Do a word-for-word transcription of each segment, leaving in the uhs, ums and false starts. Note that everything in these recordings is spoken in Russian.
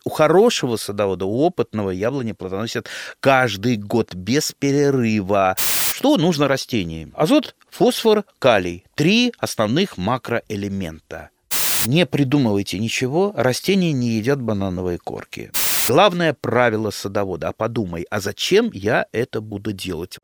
У хорошего садовода, у опытного яблони плодоносят каждый год без перерыва. Что нужно растениям? Азот, фосфор, калий. Три основных макроэлемента. Не придумывайте ничего, растения не едят банановые корки. Главное правило садовода. А подумай, а зачем я это буду делать?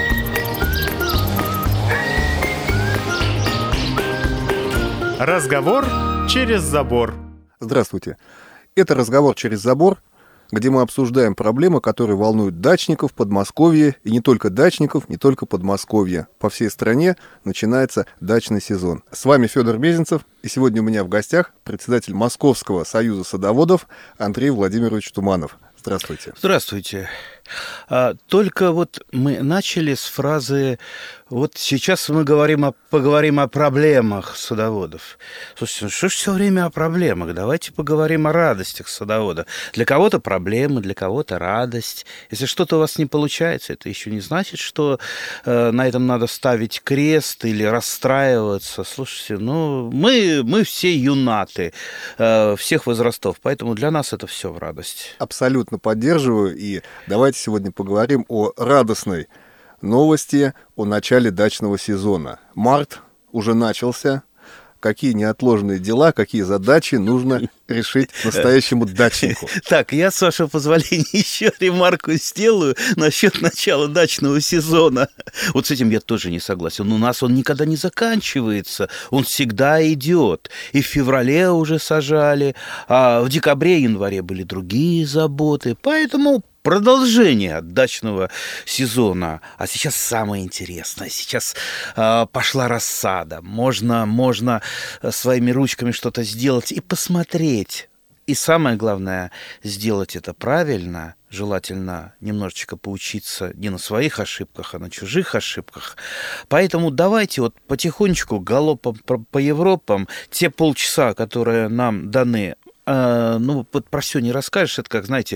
Разговор через забор. Здравствуйте. Это «Разговор через забор», где мы обсуждаем проблемы, которые волнуют дачников, Подмосковье, и не только дачников, не только Подмосковья. По всей стране начинается дачный сезон. С вами Федор Мезенцев, и сегодня у меня в гостях председатель Московского союза садоводов Андрей Владимирович Туманов. Здравствуйте. Здравствуйте. А, только вот мы начали с фразы «вот сейчас мы говорим о, поговорим о проблемах садоводов». Слушайте, ну что ж все время о проблемах? Давайте поговорим о радостях садовода. Для кого-то проблемы, для кого-то радость. Если что-то у вас не получается, это еще не значит, что э, на этом надо ставить крест или расстраиваться. Слушайте, ну мы, мы все юнаты э, всех возрастов, поэтому для нас это все в радость. Абсолютно поддерживаю, и давайте сегодня поговорим о радостной новости о начале дачного сезона. Март уже начался. Какие неотложные дела, какие задачи нужно решить настоящему дачнику? Так, я, с вашего позволения, еще ремарку сделаю насчет начала дачного сезона. Вот с этим я тоже не согласен. У нас он никогда не заканчивается, он всегда идет. И в феврале уже сажали, а в декабре, январе были другие заботы. Поэтому продолжение дачного сезона. А сейчас самое интересное. Сейчас э, пошла рассада. Можно, можно своими ручками что-то сделать и посмотреть. И самое главное, сделать это правильно. Желательно немножечко поучиться не на своих ошибках, а на чужих ошибках. Поэтому давайте вот потихонечку галопом по Европам те полчаса, которые нам даны, ну, вот про все не расскажешь, это как, знаете,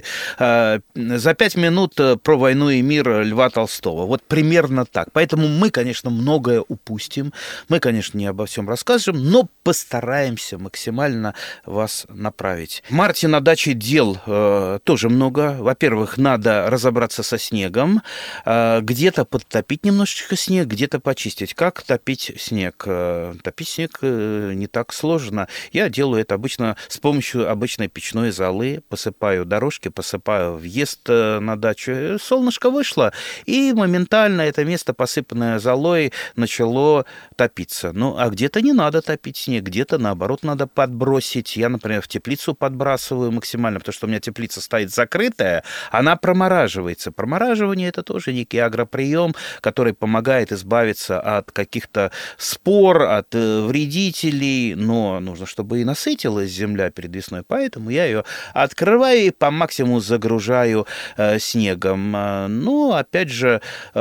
за пять минут про войну и мир Льва Толстого. Вот примерно так. Поэтому мы, конечно, многое упустим, мы, конечно, не обо всем расскажем, но постараемся максимально вас направить. В марте на даче дел э, тоже много. Во-первых, надо разобраться со снегом, э, где-то подтопить немножечко снег, где-то почистить. Как топить снег? Э, топить снег э, не так сложно. Я делаю это обычно с помощью обычной печной золы, посыпаю дорожки, посыпаю въезд на дачу. Солнышко вышло, и моментально это место, посыпанное золой, начало топиться. Ну, а где-то не надо топить снег, где-то, наоборот, надо подбросить. Я, например, в теплицу подбрасываю максимально, потому что у меня теплица стоит закрытая, она промораживается. Промораживание – это тоже некий агроприем, который помогает избавиться от каких-то спор, от вредителей, но нужно, чтобы и насытилась земля перед весной. Поэтому я ее открываю и по максимуму загружаю э, снегом. Но, опять же,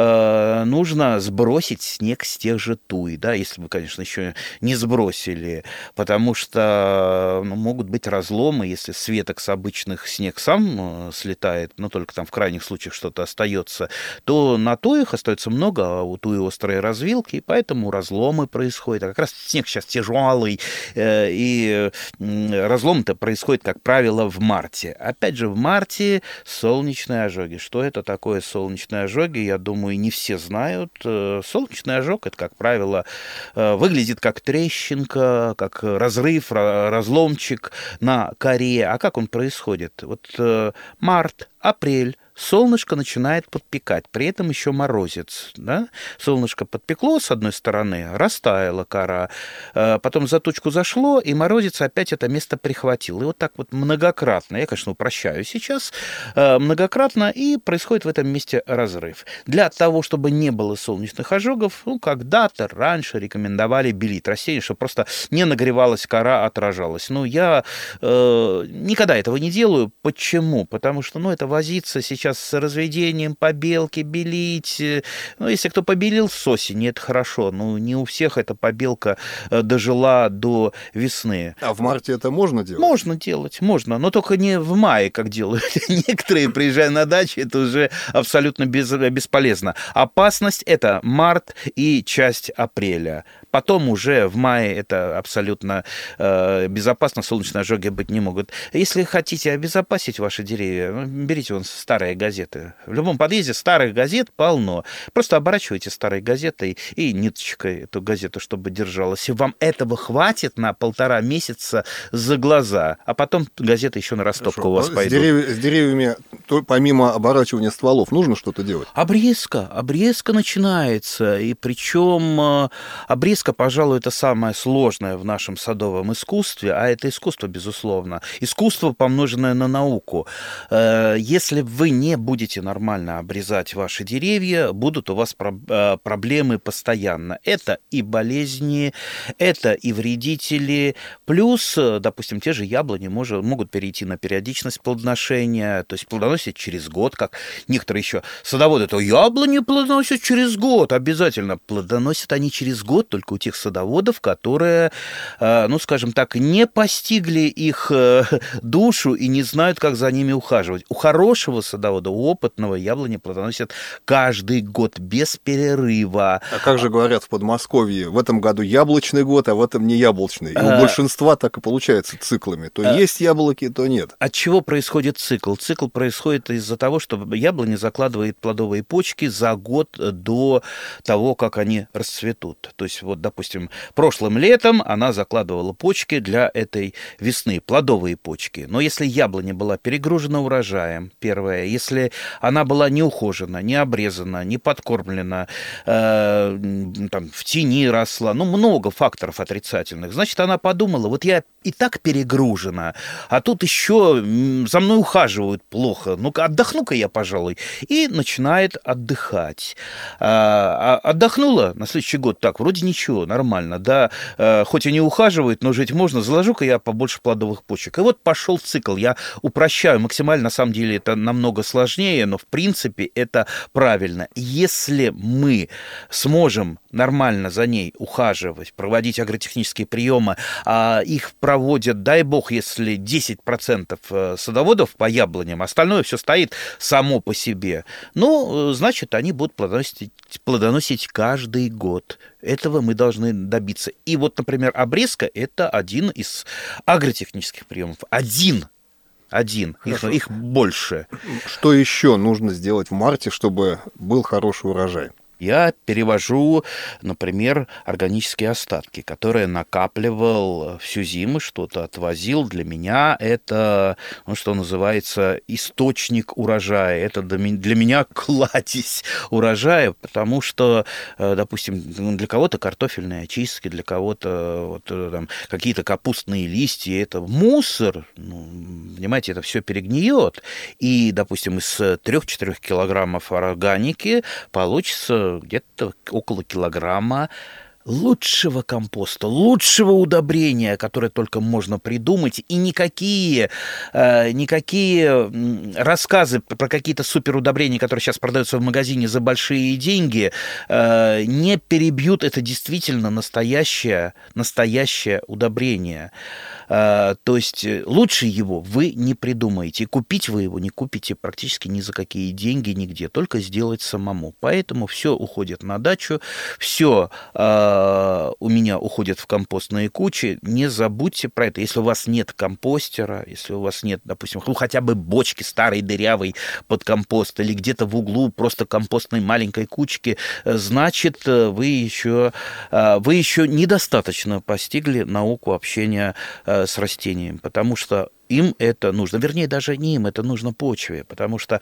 э, нужно сбросить снег с тех же туй, да, если вы, конечно, еще не сбросили, потому что ну, могут быть разломы, если с веток с обычных снег сам э, слетает, но только там в крайних случаях что-то остается, то на туях остается много, а у туи острые развилки, и поэтому разломы происходят. А как раз снег сейчас тяжелый, э, и э, разлом-то происходит, как правило, в марте. Опять же, в марте солнечные ожоги. Что это такое солнечные ожоги? Я думаю, не все знают. Солнечный ожог, это, как правило, выглядит как трещинка, как разрыв, разломчик на коре. А как он происходит? Вот март, апрель, солнышко начинает подпекать, при этом еще морозец. Да? Солнышко подпекло с одной стороны, растаяла кора, потом за тучку зашло, и морозец опять это место прихватил. И вот так вот многократно, я, конечно, упрощаю сейчас, многократно, и происходит в этом месте разрыв. Для того, чтобы не было солнечных ожогов, ну, когда-то раньше рекомендовали белить растения, чтобы просто не нагревалась кора, отражалась. Но я э, никогда этого не делаю. Почему? Потому что, ну, это возиться сейчас с разведением, побелки, белить. Ну, если кто побелил с осени, это хорошо. Но не у всех эта побелка дожила до весны. А в марте это можно делать? Можно делать, можно. Но только не в мае, как делают некоторые, приезжая на дачу, это уже абсолютно без, бесполезно. Опасность – это март и часть апреля. потом уже в мае это абсолютно э, безопасно, солнечные ожоги быть не могут. Если хотите обезопасить ваши деревья, ну, берите вон старые газеты. В любом подъезде старых газет полно. Просто оборачивайте старой газетой и ниточкой эту газету, чтобы держалась. И вам этого хватит на полтора месяца за глаза. А потом газеты еще на растопку у вас с пойдут. Дерев... С деревьями, то, помимо оборачивания стволов, нужно что-то делать? Обрезка. Обрезка начинается. И причем обрезка, пожалуй, это самое сложное в нашем садовом искусстве. А это искусство, безусловно. Искусство, помноженное на науку. Если вы не будете нормально обрезать ваши деревья, будут у вас проблемы постоянно. Это и болезни, это и вредители. Плюс, допустим, те же яблони может, могут перейти на периодичность плодоношения, то есть плодоносить через год, как некоторые еще садоводы, то яблони плодоносят через год, обязательно плодоносят они через год, только у тех садоводов, которые, ну, скажем так, не постигли их душу и не знают, как за ними ухаживать. У хорошего садовода, у опытного яблони плодоносят каждый год без перерыва. А как же говорят в Подмосковье, в этом году яблочный год, а в этом не яблочный. И у большинства так и получается циклами. То есть яблоки, то нет. От чего происходит цикл? Цикл происходит из-за того, что яблоня закладывает плодовые почки за год до того, как они расцветут. То есть, вот, допустим, прошлым летом она закладывала почки для этой весны, плодовые почки. Но если яблоня была перегружена урожаем, первое, если она была не ухожена, не обрезана, не подкормлена, э, там, в тени росла, ну, много факторов отрицательных, значит, она подумала, вот я и так перегружена, а тут еще за мной ухаживают плохо, ну-ка отдохну-ка я, пожалуй, и начинает отдыхать. А, отдохнула на следующий год, так, вроде ничего, нормально, да, а, хоть и не ухаживают, но жить можно, заложу-ка я побольше плодовых почек. И вот пошел цикл, я упрощаю максимально, на самом деле это намного сложнее, но в принципе это правильно. Если мы сможем нормально за ней ухаживать, проводить агротехнические приемы, а их проводят, дай бог, если десять процентов садоводов по яблоням, остальное все стоит само по себе, ну, значит, они будут плодоносить, плодоносить каждый год. Этого мы должны добиться. И вот, например, обрезка – это один из агротехнических приемов. Один. Один. Их, их больше. Что еще нужно сделать в марте, чтобы был хороший урожай? Я перевожу, например, органические остатки, которые накапливал всю зиму, что-то отвозил. Для меня это, ну, что называется, источник урожая. Это для меня кладезь урожая, потому что, допустим, для кого-то картофельные очистки, для кого-то вот, там, какие-то капустные листья. Это мусор. Ну, понимаете, это все перегниет. И, допустим, из трёх-четырёх килограммов органики получится где-то около килограмма лучшего компоста, лучшего удобрения, которое только можно придумать, и никакие, э, никакие рассказы про какие-то суперудобрения, которые сейчас продаются в магазине за большие деньги, э, не перебьют это действительно настоящее, настоящее удобрение. Э, то есть лучше его вы не придумаете. Купить вы его не купите практически ни за какие деньги нигде, только сделать самому. Поэтому все уходит на дачу, все э, у меня уходит в компостные кучи. Не забудьте про это. Если у вас нет компостера, если у вас нет, допустим, ну, хотя бы бочки старой дырявой под компост или где-то в углу просто компостной маленькой кучки, значит, вы еще, вы еще недостаточно постигли науку общения с растением, потому что им это нужно, вернее, даже не им, это нужно почве, потому что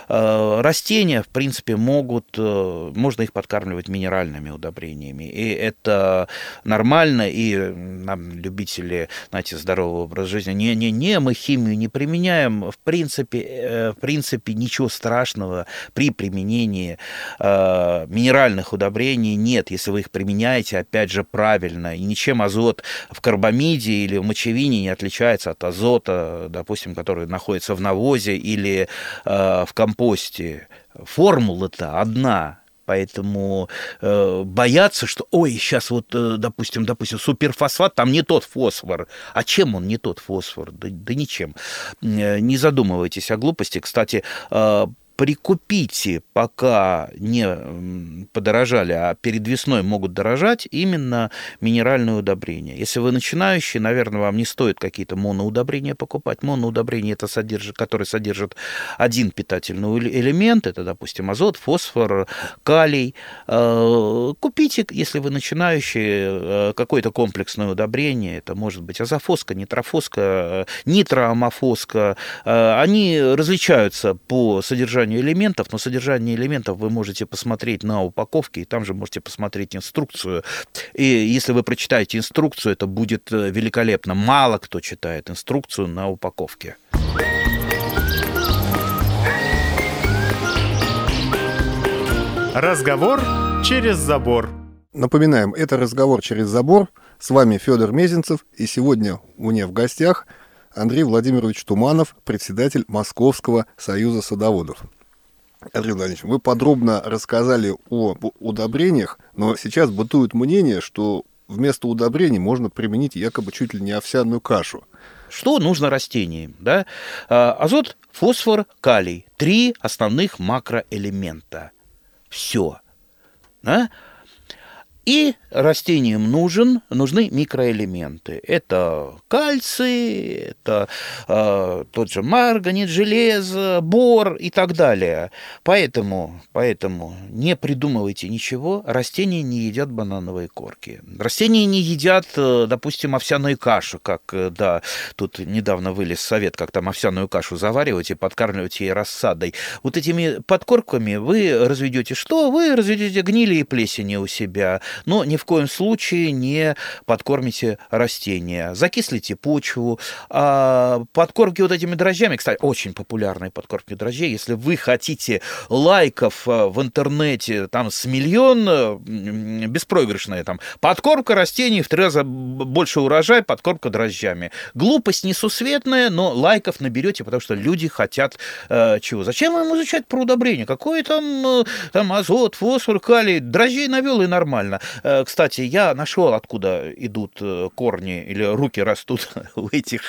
э, растения, в принципе, могут, э, можно их подкармливать минеральными удобрениями, и это нормально, и нам, любители, знаете, здорового образа жизни, не-не-не, мы химию не применяем, в принципе, э, в принципе, ничего страшного при применении э, минеральных удобрений нет, если вы их применяете, опять же, правильно, и ничем азот в карбамиде или в мочевине не отличается от азота, допустим, который находится в навозе или э, в компосте. Формула-то одна. Поэтому э, бояться, что, ой, сейчас вот, э, допустим, допустим, суперфосфат, там не тот фосфор. А чем он не тот фосфор? Да, да ничем. Не задумывайтесь о глупости. Кстати, э, прикупите, пока не подорожали, а перед весной могут дорожать, именно минеральные удобрения. Если вы начинающий, наверное, вам не стоит какие-то моноудобрения покупать. Моноудобрения, это содержит, которые содержат один питательный элемент, это, допустим, азот, фосфор, калий. Купите, если вы начинающий, какое-то комплексное удобрение, это может быть азофоска, нитрофоска, нитроамофоска. Они различаются по содержанию элементов, но содержание элементов вы можете посмотреть на упаковке, и там же можете посмотреть инструкцию. И если вы прочитаете инструкцию, это будет великолепно. Мало кто читает инструкцию на упаковке. Разговор через забор. Напоминаем, это «Разговор через забор». С вами Федор Мезенцев, и сегодня у меня в гостях Андрей Владимирович Туманов, председатель Московского союза садоводов. Андрей Владимирович, вы подробно рассказали о удобрениях, но сейчас бытует мнение, что вместо удобрений можно применить якобы чуть ли не овсяную кашу. Что нужно растениям? Да? Азот, фосфор, калий. Три основных макроэлемента. Все. Да? И растениям нужен, нужны микроэлементы. Это кальций, это э, тот же марганец, железо, бор и так далее. Поэтому, поэтому не придумывайте ничего. Растения не едят банановые корки. Растения не едят, допустим, овсяную кашу, как, да, тут недавно вылез совет, как там овсяную кашу заваривать и подкармливать ей рассадой. Вот этими подкормками вы разведете что? Вы разведете гнили и плесени у себя. Но ни в коем случае не подкормите растения. Закислите почву. А подкормки вот этими дрожжами, кстати, очень популярные подкормки дрожжей. Если вы хотите лайков в интернете там с миллион, беспроигрышная там подкормка растений, в три раза больше урожай, подкормка дрожжами. Глупость несусветная, но лайков наберете, потому что люди хотят э, чего? Зачем вам изучать про удобрения? Какой там, э, там азот, фосфор, калий? Дрожжей навел и нормально. Кстати, я нашел, откуда идут корни или руки растут у этих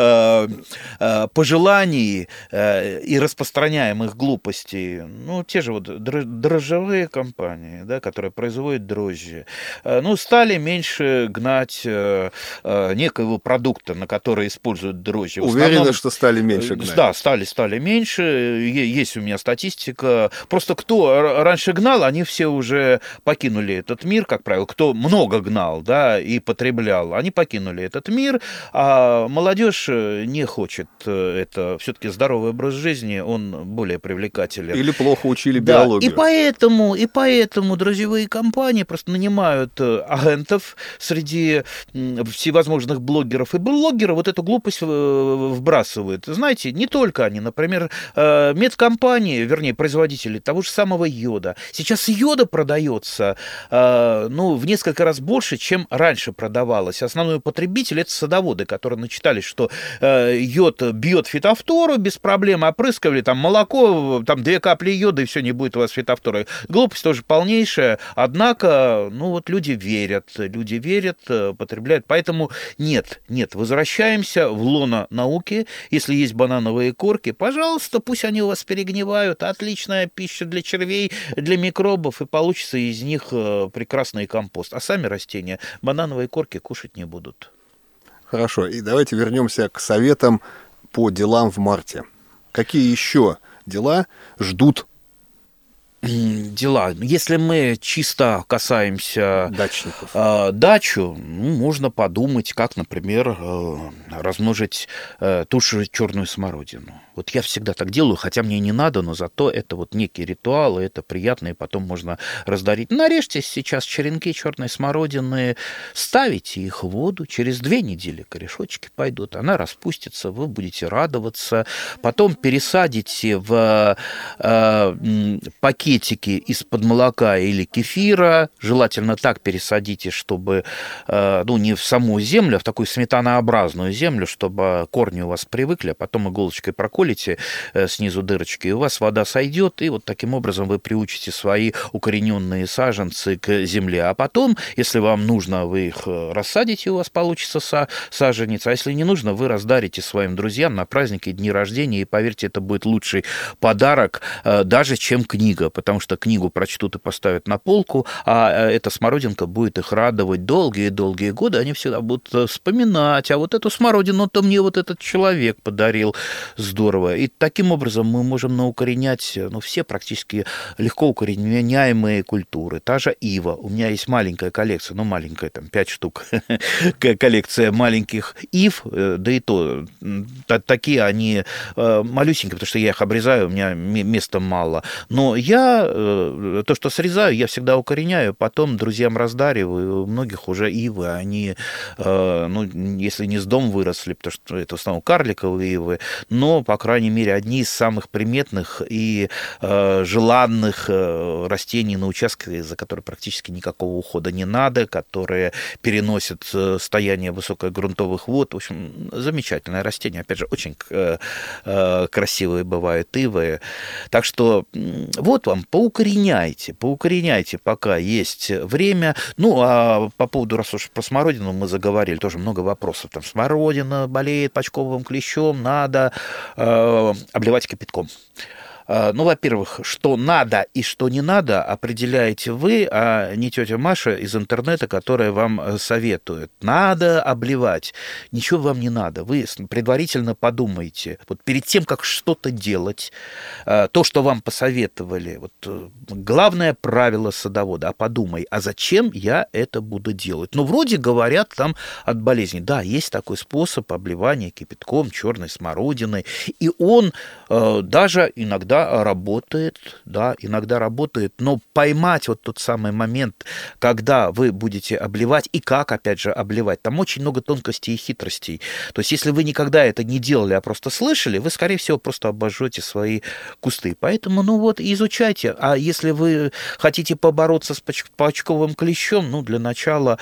пожеланий и распространяемых глупостей. Ну, те же вот дрожжевые компании, да, которые производят дрожжи, ну, стали меньше гнать некоего продукта, на который используют дрожжи. Уверены, основном, что стали меньше гнать? Да, стали, стали меньше. Есть у меня статистика. Просто кто раньше гнал, они все уже покинули этот мир, как правило. Кто много гнал, да, и потреблял, они покинули этот мир, а молодежь не хочет. Это все-таки здоровый образ жизни, он более привлекателен. Или плохо учили да, биологию. И поэтому, и поэтому дрожжевые компании просто нанимают агентов среди всевозможных блогеров и блогеров, вот эту глупость вбрасывают. Знаете, не только они, например, медкомпании, вернее, производители того же самого йода. Сейчас йода продается, ну, в несколько раз больше, чем раньше продавалось. Основной потребитель — это садоводы, которые начитались, что э, йод бьет фитофтору без проблем, опрыскивали там молоко, там две капли йода, и все, не будет у вас фитофторы. Глупость тоже полнейшая, однако, ну, вот люди верят, люди верят, потребляют. Поэтому нет, нет, возвращаемся в лоно науки. Если есть банановые корки, пожалуйста, пусть они у вас перегнивают. Отличная пища для червей, для микробов, и получится из них прекрасный компост. А сами растения банановые корки кушать не будут. Хорошо, и давайте вернемся к советам по делам в марте. Какие еще дела ждут? Дела. Если мы чисто касаемся дачников, э, дачу, ну, можно подумать, как, например, э, размножить э, ту же черную смородину. Вот я всегда так делаю, хотя мне не надо, но зато это вот некий ритуал, и это приятно, и потом можно раздарить. Нарежьте сейчас черенки черной смородины, ставите их в воду, через две недели корешочки пойдут, она распустится, вы будете радоваться, потом пересадите в э, пакет пакетики из-под молока или кефира, желательно так пересадите, чтобы, ну, не в саму землю, а в такую сметанообразную землю, чтобы корни у вас привыкли, а потом иголочкой проколите снизу дырочки, и у вас вода сойдет, и вот таким образом вы приучите свои укорененные саженцы к земле. А потом, если вам нужно, вы их рассадите, у вас получится саженец, а если не нужно, вы раздарите своим друзьям на праздники, дни рождения, и поверьте, это будет лучший подарок даже, чем книга, потому что книгу прочтут и поставят на полку, а эта смородинка будет их радовать долгие-долгие годы, они всегда будут вспоминать, а вот эту смородину-то мне вот этот человек подарил, здорово. И таким образом мы можем наукоренять, ну, все практически легко укореняемые культуры. Та же ива. У меня есть маленькая коллекция, ну, маленькая, там, пять штук, коллекция маленьких ив, да и то, такие они малюсенькие, потому что я их обрезаю, у меня места мало. Но я, то, что срезаю, я всегда укореняю, потом друзьям раздариваю. У многих уже ивы, они, ну, если не с дом выросли, потому что это в основном карликовые ивы, но, по крайней мере, одни из самых приметных и желанных растений на участке, за которые практически никакого ухода не надо, которые переносят состояние высокогрунтовых вод. В общем, замечательное растение. Опять же, очень красивые бывают ивы. Так что вот вам, поукореняйте, поукореняйте, пока есть время. Ну, а по поводу, раз уж про смородину мы заговорили, тоже много вопросов. Там смородина болеет почковым клещом, надо э, обливать кипятком. Ну, во-первых, что надо и что не надо, определяете вы, а не тетя Маша из интернета, которая вам советует. Надо обливать. Ничего вам не надо. Вы предварительно подумайте. Вот перед тем, как что-то делать, то, что вам посоветовали, вот главное правило садовода, а подумай, а зачем я это буду делать? Ну, вроде говорят там от болезни. Да, есть такой способ обливания кипятком черной смородиной, и он э, даже иногда работает, да, иногда работает, но поймать вот тот самый момент, когда вы будете обливать и как, опять же, обливать, там очень много тонкостей и хитростей. То есть, если вы никогда это не делали, а просто слышали, вы, скорее всего, просто обожжете свои кусты. Поэтому, ну вот, изучайте. А если вы хотите побороться с почковым клещом, ну, для начала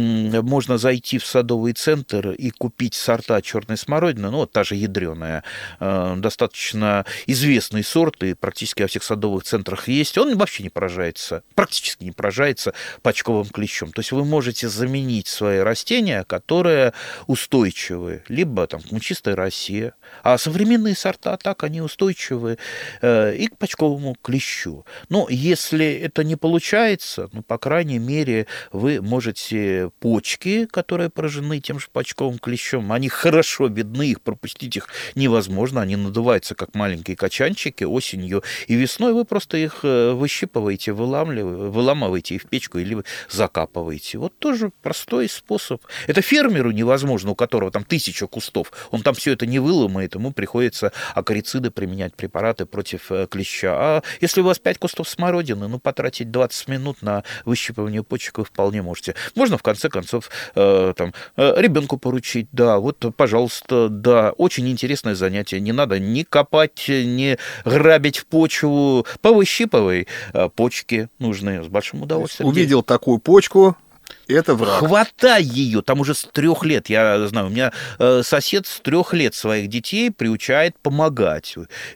можно зайти в садовый центр и купить сорта черной смородины, ну, вот та же ядреная, достаточно известный сорт, и практически во всех садовых центрах есть, он вообще не поражается, практически не поражается почковым клещом. То есть вы можете заменить свои растения, которые устойчивы, либо там мучистая росе, а современные сорта так, они устойчивы э, и к почковому клещу. Но если это не получается, ну, по крайней мере, вы можете почки, которые поражены тем же почковым клещом, они хорошо видны, их пропустить их невозможно, они надуваются, как маленькие качанчики, осенью и весной, вы просто их выщипываете, выламливаете, выламываете и в печку или закапываете. Вот тоже простой способ. Это фермеру невозможно, у которого там тысяча кустов, он там все это не выломает, ему приходится акарициды применять, препараты против клеща. А если у вас пять кустов смородины, ну, потратить двадцать минут на выщипывание почек вы вполне можете. Можно, в конце концов, э, там, э, ребенку поручить, да, вот, пожалуйста, да, очень интересное занятие, не надо ни копать, ни грабить в почву, повыщипывай, почки нужны с большим удовольствием. Увидел такую почку, это враг. Хватай ее, там уже с трех лет, я знаю, у меня сосед с трех лет своих детей приучает помогать.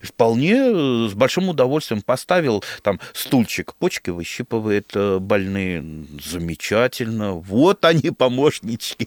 Вполне с большим удовольствием поставил там стульчик, почки выщипывает больные, замечательно, вот они, помощнички.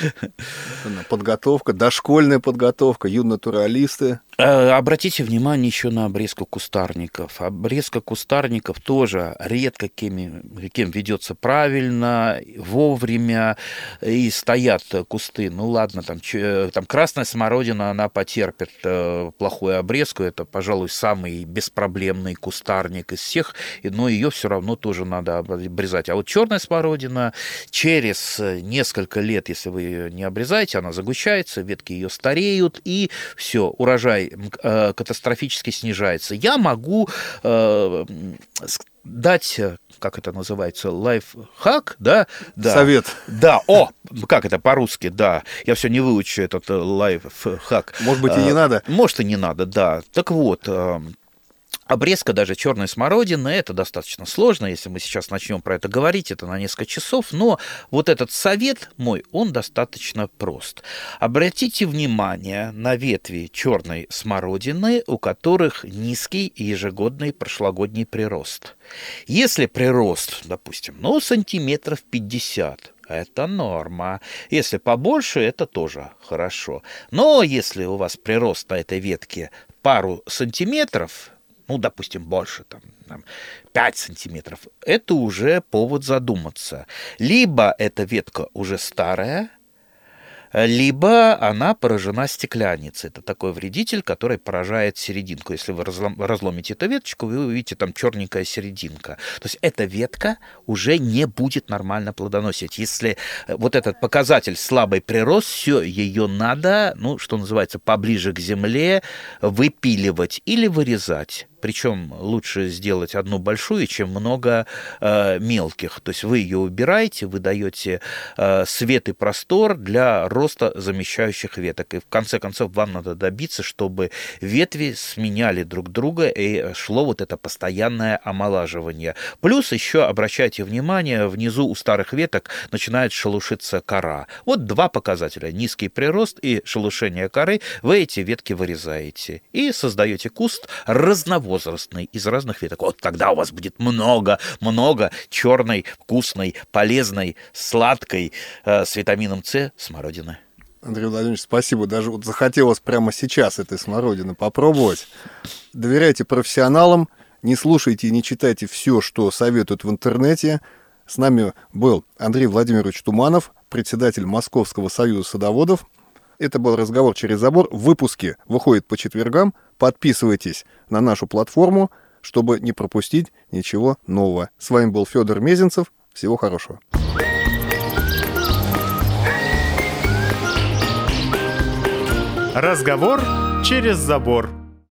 Подготовка, дошкольная подготовка, юнатуралисты. Обратите внимание еще на обрезку кустарников. Обрезка кустарников тоже редко кем, кем ведется правильно, вовремя, и стоят кусты. Ну ладно, там, там красная смородина, она потерпит плохую обрезку, это, пожалуй, самый беспроблемный кустарник из всех, но ее все равно тоже надо обрезать. А вот черная смородина через несколько лет, если вы ее не обрезаете, она загущается, ветки ее стареют, и все, урожай катастрофически снижается. Я могу э, дать, как это называется, лайфхак, да? да? Совет. Да, о, как это по-русски, да. Я все не выучу этот лайфхак. Может быть, и не надо? Может, и не надо, да. Так вот, Обрезка даже черной смородины – это достаточно сложно. Если мы сейчас начнем про это говорить, это на несколько часов. Но вот этот совет мой, он достаточно прост. Обратите внимание на ветви черной смородины, у которых низкий ежегодный прошлогодний прирост. Если прирост, допустим, ну, сантиметров пятьдесят, это норма. Если побольше, это тоже хорошо. Но если у вас прирост на этой ветке пару сантиметров, ну, допустим, больше, там, там, пять сантиметров, это уже повод задуматься. Либо эта ветка уже старая, либо она поражена стекляницей. Это такой вредитель, который поражает серединку. Если вы разломите эту веточку, вы увидите там черненькая серединка. То есть эта ветка уже не будет нормально плодоносить. Если вот этот показатель слабый прирост, все, ее надо, ну, что называется, поближе к земле выпиливать или вырезать. Причем лучше сделать одну большую, чем много э, мелких. То есть вы ее убираете, вы даете э, свет и простор для роста замещающих веток. И в конце концов вам надо добиться, чтобы ветви сменяли друг друга и шло вот это постоянное омолаживание. Плюс еще обращайте внимание, внизу у старых веток начинает шелушиться кора. Вот два показателя: низкий прирост и шелушение коры. Вы эти ветки вырезаете и создаете куст разновозрастный, возрастный, из разных веток. Вот тогда у вас будет много-много черной, вкусной, полезной, сладкой, э, с витамином С смородины. Андрей Владимирович, спасибо. Даже вот захотелось прямо сейчас этой смородины попробовать. Доверяйте профессионалам, не слушайте и не читайте все, что советуют в интернете. С нами был Андрей Владимирович Туманов, председатель Московского союза садоводов. Это был «Разговор через забор». Выпуски выходят по четвергам. Подписывайтесь на нашу платформу, чтобы не пропустить ничего нового. С вами был Федор Мезенцев. Всего хорошего. Разговор через забор.